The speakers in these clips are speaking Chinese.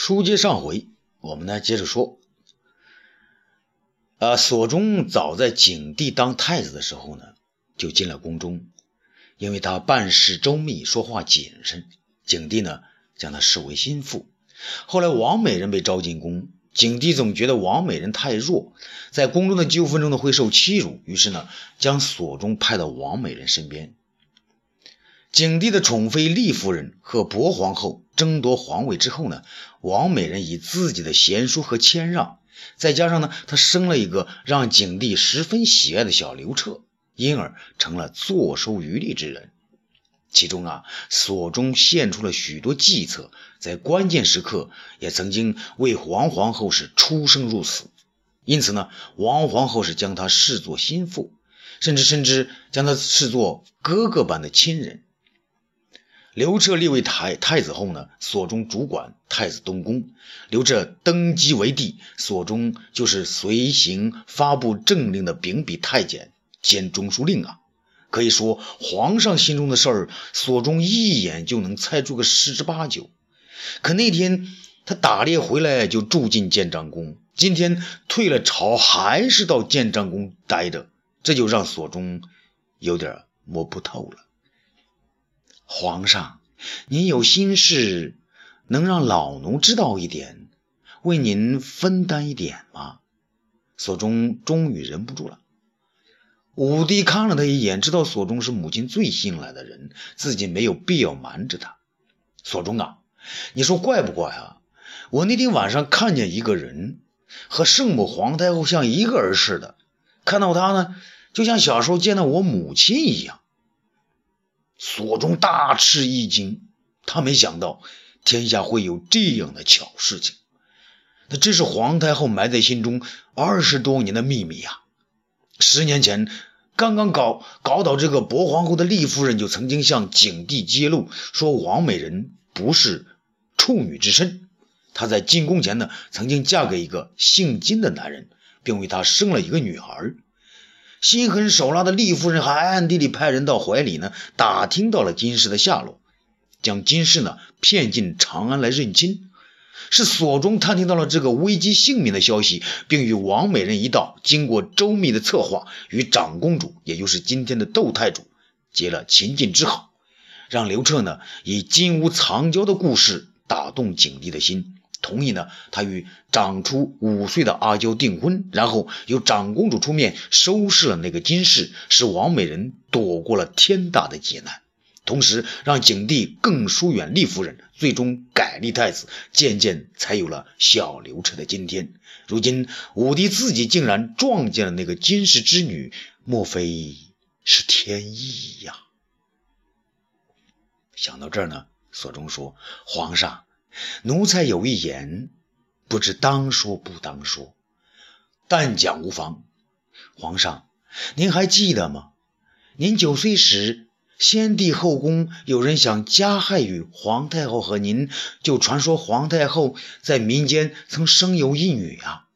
书接上回，我们接着说。索忠早在景帝当太子的时候呢，就进了宫中，因为他办事周密，说话谨慎，景帝呢将他视为心腹。后来王美人被招进宫，景帝总觉得王美人太弱，在宫中的纠纷中呢会受欺辱，于是呢将索忠派到王美人身边。景帝的宠妃丽夫人和薄皇后争夺皇位之后呢，王美人以自己的贤淑和谦让，再加上呢她生了一个让景帝十分喜爱的小刘彻，因而成了坐收渔利之人。其中索忠献出了许多计策，在关键时刻也曾经为王皇后是出生入死，因此呢王皇后是将他视作心腹，甚至将他视作哥哥般的亲人。刘彻立为太子后呢，索忠主管太子东宫。刘彻登基为帝，索忠就是随行发布政令的秉笔太监兼中书令可以说皇上心中的事儿，索忠一眼就能猜出个十之八九。可那天他打猎回来就住进建章宫，今天退了朝还是到建章宫待着，这就让索忠有点摸不透了。皇上，您有心事能让老奴知道一点，为您分担一点吗？索忠终于忍不住了。武帝看了他一眼，知道索忠是母亲最信赖的人，自己没有必要瞒着他。索忠你说怪不怪我那天晚上看见一个人和圣母皇太后像一个人似的，看到他呢就像小时候见到我母亲一样。索忠大吃一惊，他没想到天下会有这样的巧事情，那这是皇太后埋在心中20多年的秘密10年前刚刚搞倒这个薄皇后的丽夫人就曾经向景帝揭露，说王美人不是处女之身，她在进宫前呢曾经嫁给一个姓金的男人，并为他生了一个女儿。心狠手辣的丽夫人还暗地里派人到怀里呢打听到了金氏的下落，将金氏呢骗进长安来认亲。是索忠探听到了这个危及性命的消息，并与王美人一道经过周密的策划，与长公主也就是今天的窦太主结了秦晋之好，让刘彻呢以金屋藏娇的故事打动景帝的心，同意呢他与长出5岁的阿娇订婚，然后由长公主出面收拾了那个金氏，使王美人躲过了天大的劫难，同时让景帝更疏远丽夫人，最终改立太子，渐渐才有了小刘彻的今天。如今武帝自己竟然撞见了那个金氏之女，莫非是天意想到这儿呢，索忠说：皇上，奴才有一言，不知当说不当说。但讲无妨。皇上，您还记得吗？您9岁时，先帝后宫有人想加害于皇太后和您，就传说皇太后在民间曾生有一女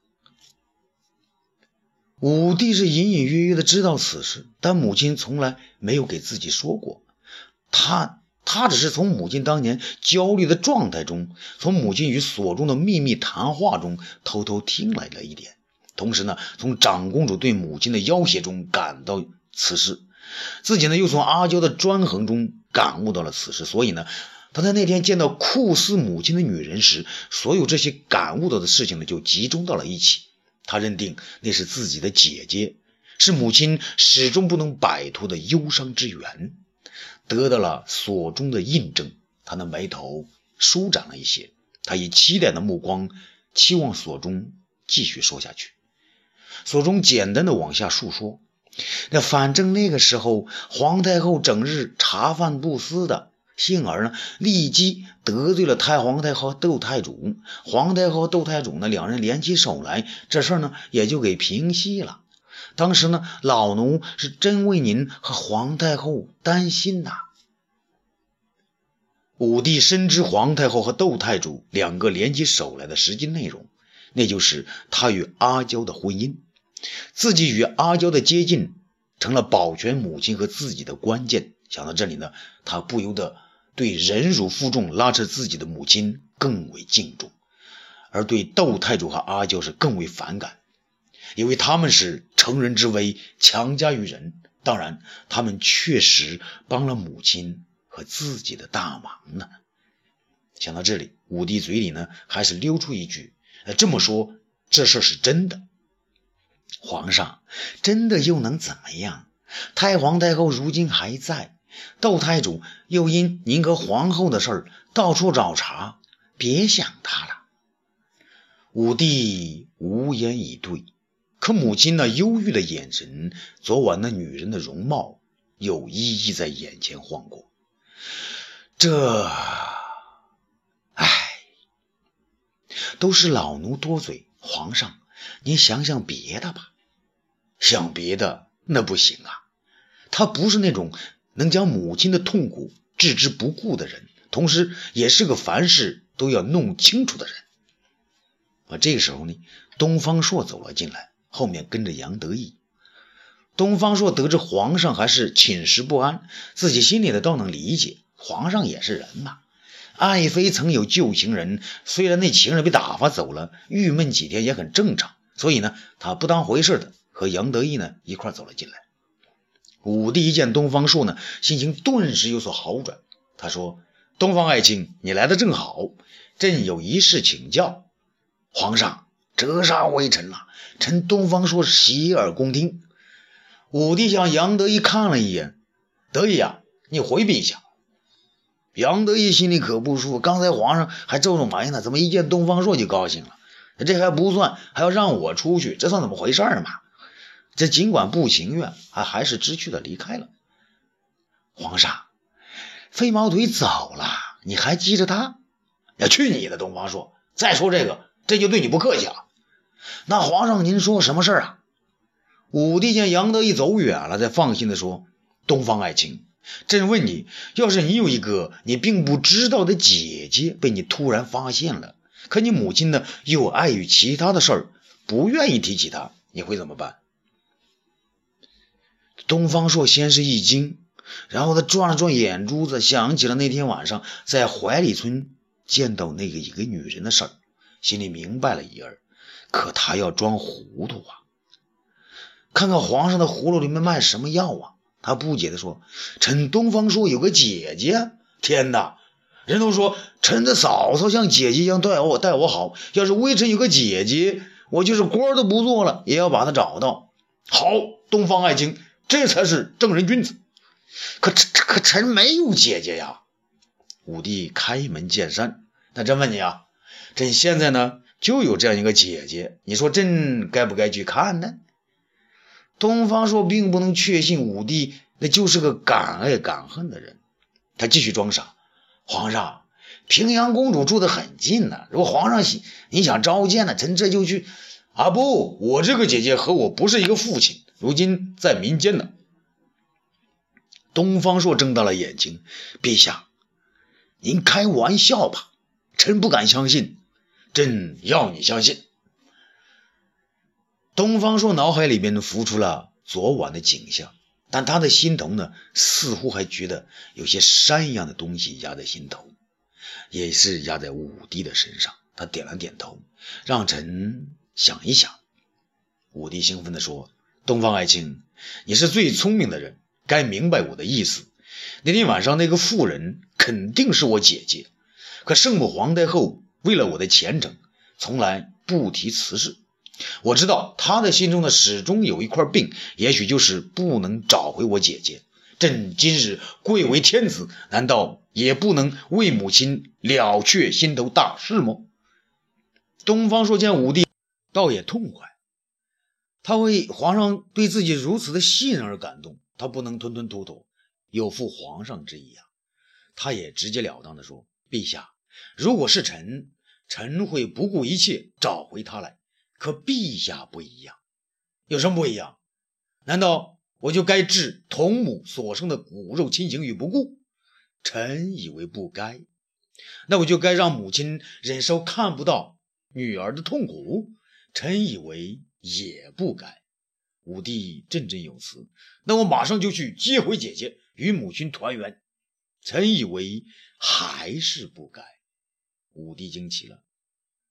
武帝是隐隐约约的知道此事，但母亲从来没有给自己说过。他只是从母亲当年焦虑的状态中，从母亲与索忠的秘密谈话中偷偷听来了一点，同时呢从长公主对母亲的要挟中感到此事，自己呢又从阿娇的专横中感悟到了此事，所以呢他在那天见到酷似母亲的女人时，所有这些感悟到的事情呢就集中到了一起。他认定那是自己的姐姐，是母亲始终不能摆脱的忧伤之源。得到了索忠的印证，他的眉头舒展了一些，他以期待的目光期望索忠继续说下去。索忠简单的往下述说，反正那个时候皇太后整日茶饭不思的，幸而呢立即得罪了太皇太后窦太主，皇太后窦太主呢两人联起手来，这事呢也就给平息了。当时呢老奴是真为您和皇太后担心武帝深知皇太后和窦太主两个联起手来的实际内容，那就是他与阿娇的婚姻，自己与阿娇的接近成了保全母亲和自己的关键。想到这里呢，他不由得对忍辱负重拉扯自己的母亲更为敬重。 而对窦太主和阿娇是更为反感，因为他们是乘人之危，强加于人。当然他们确实帮了母亲和自己的大忙呢。想到这里，武帝嘴里呢还是溜出一句，这么说这事是真的。皇上，真的又能怎么样？太皇太后如今还在，窦太主又因您和皇后的事到处找茬，别想他了。武帝无言以对，可母亲那忧郁的眼神，昨晚那女人的容貌，又一一在眼前晃过。都是老奴多嘴，皇上您想想别的吧。想别的那不行啊，他不是那种能将母亲的痛苦置之不顾的人，同时也是个凡事都要弄清楚的人。这个时候呢，东方朔走了进来，后面跟着杨得意。东方朔得知皇上还是寝食不安，自己心里的倒能理解，皇上也是人嘛。爱妃曾有旧情人，虽然那情人被打发走了，郁闷几天也很正常，所以呢，他不当回事的和杨得意呢一块走了进来。武帝一见东方朔呢，心情顿时有所好转。他说：东方爱卿，你来的正好，朕有一事请教。皇上，折杀微臣了，臣东方朔洗耳恭听。武帝向杨得意看了一眼，得意啊，你回避一下。杨得意心里可不舒服，刚才皇上还皱皱眉呢，怎么一见东方朔就高兴了？这还不算，还要让我出去，这算怎么回事嘛？这尽管不情愿，还是知趣的离开了。皇上，飞毛腿走了，你还记着他？呀，去你的，东方朔！再说这个，这就对你不客气了。那皇上您说什么事啊？武帝见杨得意走远了，才放心的说：东方爱卿，朕问你，要是你有一个你并不知道的姐姐被你突然发现了，可你母亲呢又碍于其他的事儿，不愿意提起她，你会怎么办？东方朔先是一惊，然后他转了转眼珠子，想起了那天晚上在怀里村见到那个一个女人的事儿，心里明白了一二，可他要装糊涂啊。看看皇上的葫芦里面卖什么药啊？他不解地说：臣东方朔有个姐姐。天哪，人都说臣的嫂嫂像姐姐一样待我好，要是微臣有个姐姐，我就是官都不做了，也要把她找到。好，东方爱卿，这才是正人君子。可臣没有姐姐呀。武帝开门见山：那朕问你啊，朕现在呢就有这样一个姐姐，你说朕该不该去看呢？东方朔并不能确信武帝那就是个敢爱敢恨的人，他继续装傻：皇上，平阳公主住得很近呢，如果皇上你想召见呢，臣这就去。啊不，我这个姐姐和我不是一个父亲，如今在民间呢。东方朔睁大了眼睛：陛下，您开玩笑吧，臣不敢相信，朕要你相信。东方朔脑海里面浮出了昨晚的景象，但他的心头呢，似乎还觉得有些山一样的东西压在心头，也是压在武帝的身上。他点了点头，让臣想一想。武帝兴奋地说：东方爱卿，你是最聪明的人，该明白我的意思。那天晚上那个妇人肯定是我姐姐，可圣母皇太后为了我的前程，从来不提此事。我知道她的心中呢始终有一块病，也许就是不能找回我姐姐。朕今日贵为天子，难道也不能为母亲了却心头大事吗？东方朔见武帝倒也痛快，他为皇上对自己如此的信任而感动，他不能吞吞吐吐，有负皇上之意啊。他也直截了当地说：陛下，如果是臣会不顾一切找回他来，可陛下不一样。有什么不一样？难道我就该置同母所生的骨肉亲情于不顾？臣以为不该。那我就该让母亲忍受看不到女儿的痛苦？臣以为也不该。武帝振振有词：那我马上就去接回姐姐，与母亲团圆。臣以为还是不该。武帝惊奇了：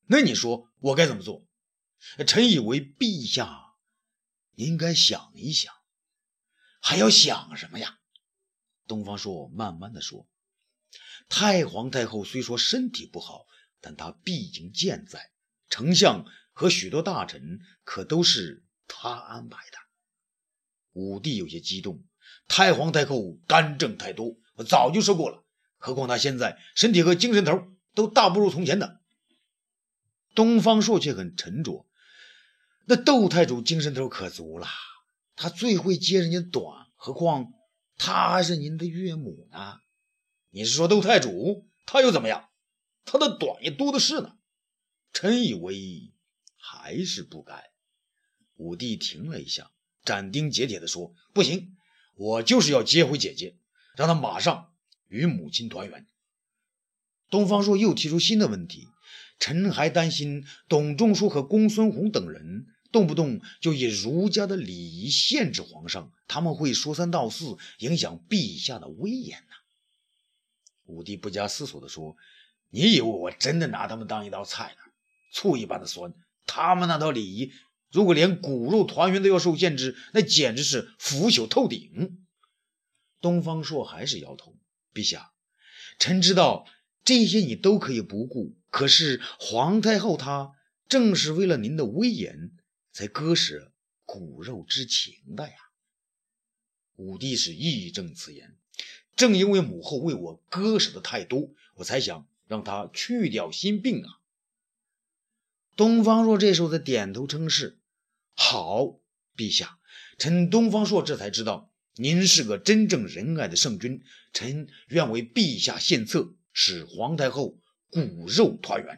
那你说我该怎么做？臣以为陛下应该想一想。还要想什么呀？东方朔慢慢的说，太皇太后虽说身体不好，但她毕竟健在，丞相和许多大臣可都是她安排的。武帝有些激动，太皇太后干政太多，我早就说过了，何况她现在身体和精神头都大不如从前的。东方朔却很沉着，那窦太主精神头可足了，他最会接人家短，何况他还是您的岳母呢。你是说窦太主他又怎么样？他的短也多的是呢。臣以为还是不该。武帝停了一下，斩钉截铁地说，不行，我就是要接回姐姐，让她马上与母亲团圆。东方朔又提出新的问题，臣还担心董仲舒和公孙弘等人动不动就以儒家的礼仪限制皇上，他们会说三道四，影响陛下的威严呢。武帝不加思索地说，你以为我真的拿他们当一道菜呢？醋一般的酸，他们那套礼仪如果连骨肉团圆都要受限制，那简直是腐朽透顶。东方朔还是摇头，陛下，臣知道这些你都可以不顾，可是皇太后她正是为了您的威严才割舍骨肉之情的呀。武帝是义正辞严，正因为母后为我割舍的太多，我才想让她去掉心病啊。东方朔这时候在点头称是，好，陛下，臣东方朔这才知道您是个真正仁爱的圣君，臣愿为陛下献策，使皇太后骨肉团圆。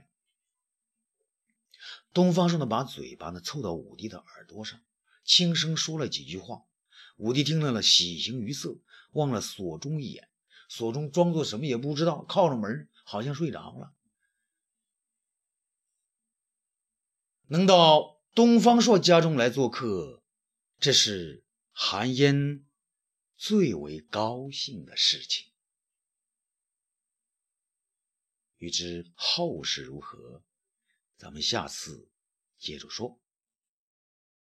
东方朔把嘴巴凑到武帝的耳朵上，轻声说了几句话。武帝听了喜形于色，望了锁中一眼，锁中装作什么也不知道，靠着门好像睡着了。能到东方朔家中来做客，这是韩嫣最为高兴的事情。欲知后事如何，咱们下次接着说。